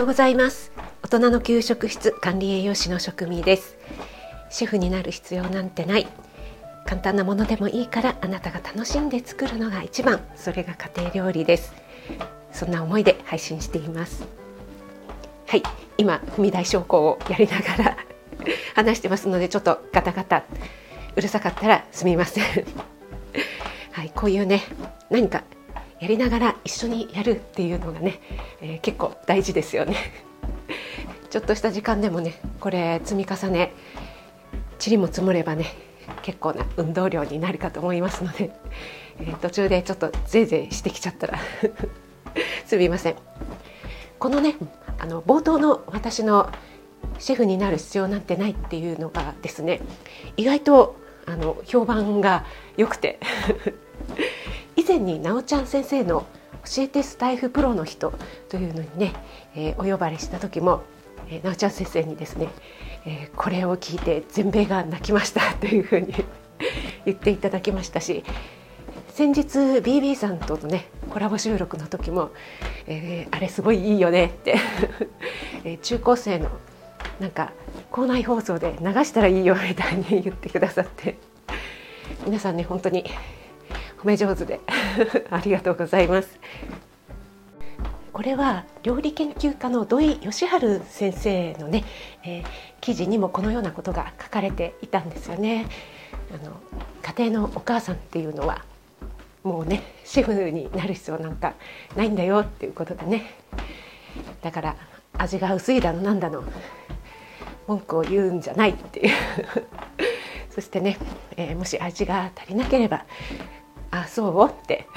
うございます。大人の給食室管理栄養士の食味です。シェフになる必要なんてない。簡単なものでもいいからあなたが楽しんで作るのが一番。それが家庭料理です。そんな思いで配信しています。はい、今踏み台昇降をやりながら話してますので、ちょっとガタガタうるさかったらすみませんはい、こういうね、何かやりながら一緒にやるっていうのがね、結構大事ですよねちょっとした時間でもね、これ積み重ね、塵も積もればね、結構な運動量になるかと思いますので、途中でちょっとゼーゼーしてきちゃったらすみません。このね、冒頭の私のシェフになる必要なんてないっていうのがですね、意外と評判が良くて以前になおちゃん先生の教えてスタイフプロの人というのにね、お呼ばれした時も、なおちゃん先生にですね、これを聞いて全米が泣きましたというふうに言っていただきましたし、先日 BB さんとのねコラボ収録の時も、あれすごいいいよねって中高生のなんか校内放送で流したらいいよみたいに言ってくださって、皆さんね本当に褒め上手でありがとうございます。これは料理研究家の土井善晴先生のね、記事にもこのようなことが書かれていたんですよね。家庭のお母さんっていうのはもうね、シェフになる必要なんかないんだよっていうことでね、だから味が薄いだのなんだの文句を言うんじゃないっていうそしてね、もし味が足りなければあそうって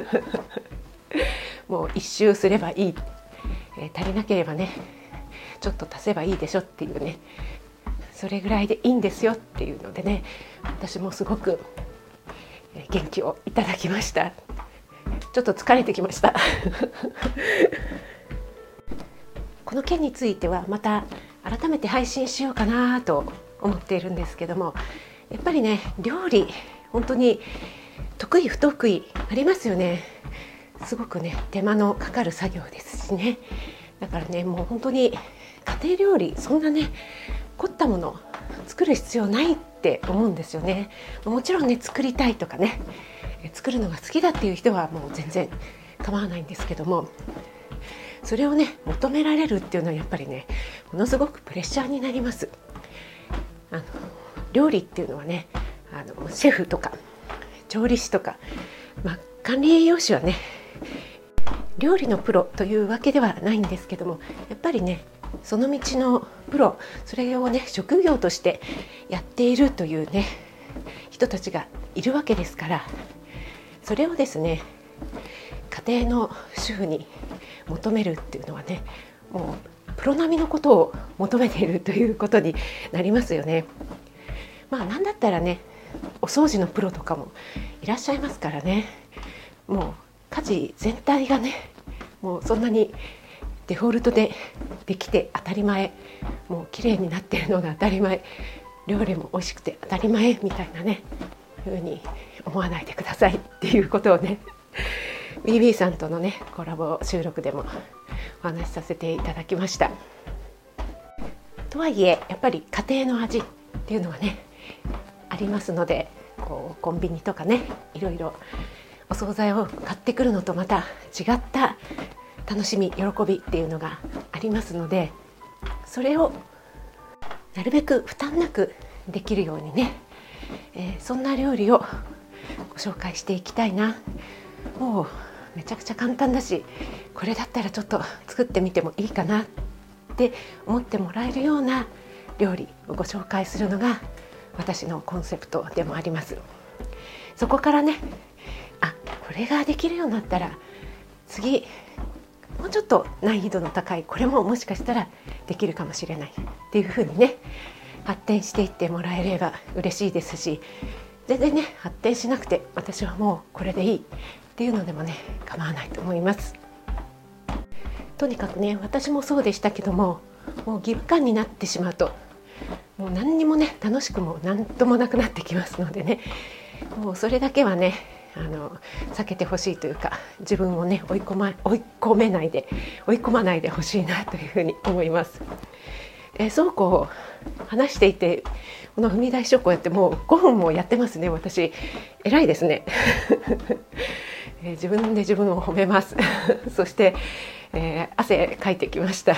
もう一周すればいい、足りなければねちょっと足せばいいでしょっていうね、それぐらいでいいんですよっていうのでね、私もすごく元気をいただきました。ちょっと疲れてきましたこの件についてはまた改めて配信しようかなと思っているんですけども、やっぱりね、料理本当に得意不得意ありますよね。すごくね手間のかかる作業ですしね。だからね、もう本当に家庭料理そんなね凝ったもの作る必要ないって思うんですよね。もちろんね作りたいとかね、作るのが好きだっていう人はもう全然構わないんですけども、それをね求められるっていうのはやっぱりねものすごくプレッシャーになります。料理っていうのはね、シェフとか調理師とか、管理栄養士はね料理のプロというわけではないんですけども、やっぱりねその道のプロ、それをね職業としてやっているというね人たちがいるわけですから、それをですね家庭の主婦に求めるっていうのはね、もうプロ並みのことを求めているということになりますよね。なんだったらねお掃除のプロとかもいらっしゃいますからね。もう家事全体がねもうそんなにデフォルトでできて当たり前、もう綺麗になっているのが当たり前、料理も美味しくて当たり前みたいなね風に思わないでくださいっていうことをねBB さんとのねコラボ収録でもお話しさせていただきました。とはいえやっぱり家庭の味っていうのはねありますので、こうコンビニとかねいろいろお惣菜を買ってくるのとまた違った楽しみ喜びっていうのがありますので、それをなるべく負担なくできるようにね、そんな料理をご紹介していきたいな。もうめちゃくちゃ簡単だし、これだったらちょっと作ってみてもいいかなって思ってもらえるような料理をご紹介するのが私のコンセプトでもあります。そこからね、これができるようになったら次もうちょっと難易度の高いこれももしかしたらできるかもしれないっていう風にね発展していってもらえれば嬉しいですし、全然ね発展しなくて私はもうこれでいいっていうのでもね構わないと思います。とにかくね、私もそうでしたけども、もう義務感になってしまうともう何にもね楽しくも何ともなくなってきますのでね、もうそれだけはね避けてほしいというか、自分をね追い込まないでほしいなというふうに思います。そうこう話していて、この踏み台昇降やってもう5分もやってますね。私偉いですね。自分で自分を褒めます。そして、汗かいてきました。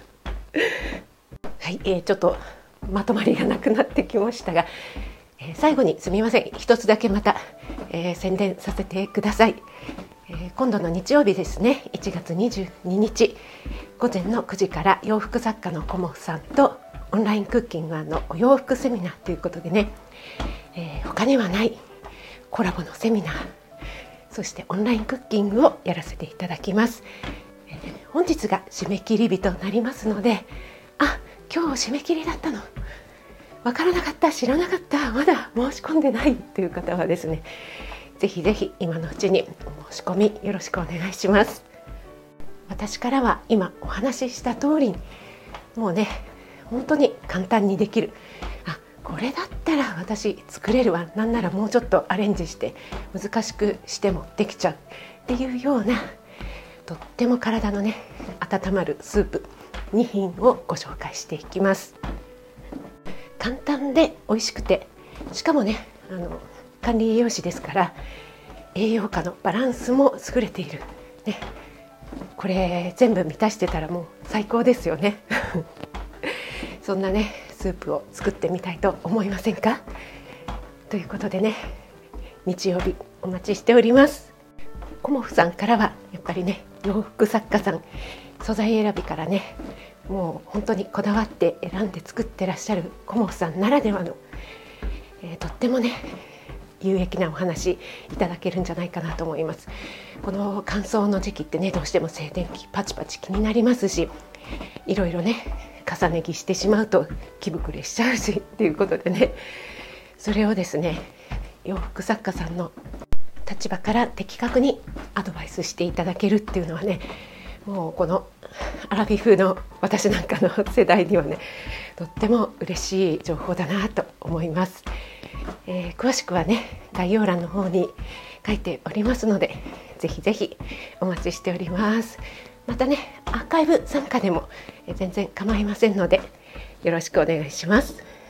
はい、ちょっとまとまりがなくなってきましたが、最後にすみません、一つだけまた、宣伝させてください。今度の日曜日ですね、1月22日午前の9時から洋服作家のコモフさんとオンラインクッキングのお洋服セミナーということでね、他にはないコラボのセミナー、そしてオンラインクッキングをやらせていただきます。本日が締め切り日となりますので、今日締め切りだったの、わからなかった、知らなかった、まだ申し込んでないという方はですね、ぜひぜひ今のうちにお申し込みよろしくお願いします。私からは今お話しした通りに、もうね本当に簡単にできる、これだったら私作れるわ、なんならもうちょっとアレンジして難しくしてもできちゃうっていうような、とっても体のね温まるスープ2品をご紹介していきます。簡単で美味しくて、しかもね管理栄養士ですから栄養価のバランスも優れている、ね、これ全部満たしてたらもう最高ですよね。そんなねスープを作ってみたいと思いませんか？ということでね、日曜日お待ちしております。コモフさんからはやっぱりね、洋服作家さん、素材選びからね、もう本当にこだわって選んで作ってらっしゃるコモフさんならではの、とってもね有益なお話いただけるんじゃないかなと思います。この乾燥の時期ってね、どうしても静電気パチパチ気になりますし、いろいろね重ね着してしまうと着膨れしちゃうしっていうことでね、それをですね洋服作家さんの立場から的確にアドバイスしていただけるっていうのはね、もうこのアラフィフの私なんかの世代にはねとっても嬉しい情報だなと思います。詳しくはね概要欄の方に書いておりますので、ぜひぜひお待ちしております。またねアーカイブ参加でも全然構いませんのでよろしくお願いします。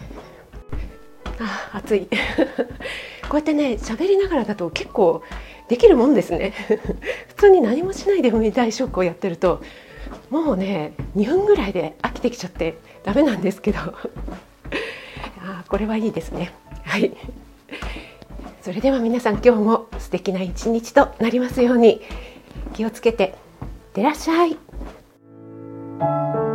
暑い。こうやってね喋りながらだと結構できるもんですね。普通に何もしないで踏み台昇降やってるともうね2分ぐらいで飽きてきちゃってダメなんですけどこれはいいですね。はい、それでは皆さん今日も素敵な一日となりますように。気をつけていってらっしゃい。